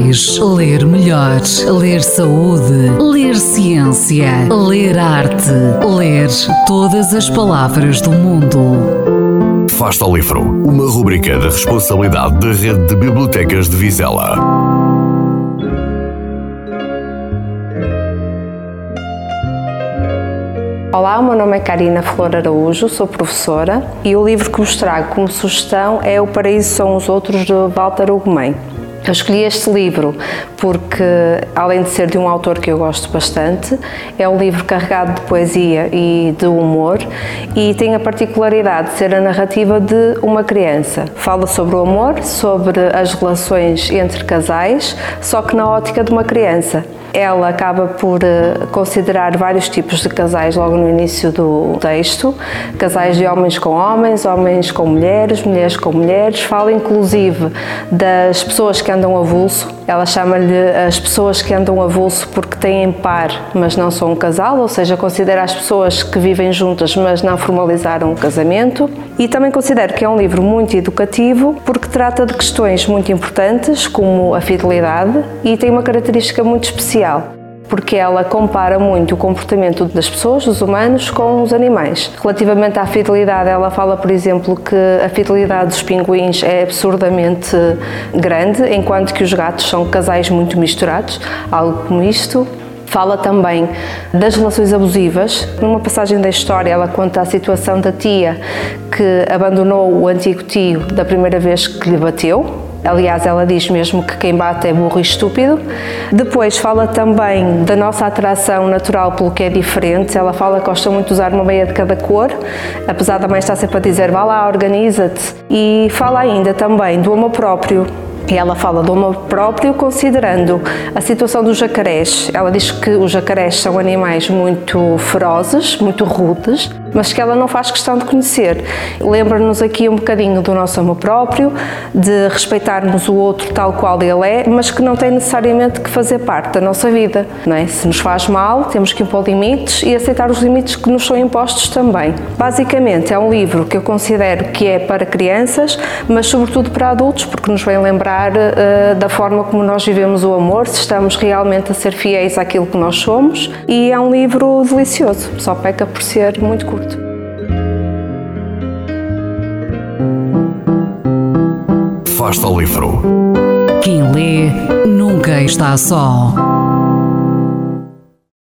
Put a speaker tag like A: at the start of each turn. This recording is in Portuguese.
A: mais, ler melhor, ler saúde, ler ciência, ler arte, ler todas as palavras do mundo.
B: Fasta ao Livro, uma rubrica da responsabilidade da Rede de Bibliotecas de Vizela.
C: Olá, o meu nome é Karina Flor Araújo, sou professora e o livro que vos trago como sugestão é O Paraíso São os Outros, de Walter Ugumem. Eu escolhi este livro porque, além de ser de um autor que eu gosto bastante, é um livro carregado de poesia e de humor e tem a particularidade de ser a narrativa de uma criança. Fala sobre o amor, sobre as relações entre casais, só que na ótica de uma criança. Ela acaba por considerar vários tipos de casais logo no início do texto. Casais de homens com homens, homens com mulheres, mulheres com mulheres. Fala inclusive das pessoas que andam avulso. Ela chama-lhe as pessoas que andam avulso porque têm par, mas não são um casal, ou seja, considera as pessoas que vivem juntas, mas não formalizaram o casamento. E também considero que é um livro muito educativo porque trata de questões muito importantes, como a fidelidade, e tem uma característica muito especial, porque ela compara muito o comportamento das pessoas, dos humanos, com os animais. Relativamente à fidelidade, ela fala, por exemplo, que a fidelidade dos pinguins é absurdamente grande, enquanto que os gatos são casais muito misturados, algo como isto. Fala também das relações abusivas. Numa passagem da história, ela conta a situação da tia que abandonou o antigo tio da primeira vez que lhe bateu. Aliás, ela diz mesmo que quem bate é burro e estúpido. Depois fala também da nossa atração natural pelo que é diferente. Ela fala que gosta muito de usar uma meia de cada cor, apesar da mãe estar sempre a dizer vá lá, organiza-te. E fala ainda também do amor próprio. E ela fala do amor próprio considerando a situação dos jacarés. Ela diz que os jacarés são animais muito ferozes, muito rudes, mas que ela não faz questão de conhecer. Lembra-nos aqui um bocadinho do nosso amor próprio, de respeitarmos o outro tal qual ele é, mas que não tem necessariamente que fazer parte da nossa vida, não é? Se nos faz mal, temos que impor limites e aceitar os limites que nos são impostos também. Basicamente, é um livro que eu considero que é para crianças, mas sobretudo para adultos, porque nos vem lembrar da forma como nós vivemos o amor, se estamos realmente a ser fiéis àquilo que nós somos, e é um livro delicioso, só peca por ser muito curto.
B: Fasta ao Livro.
A: Quem lê nunca está só.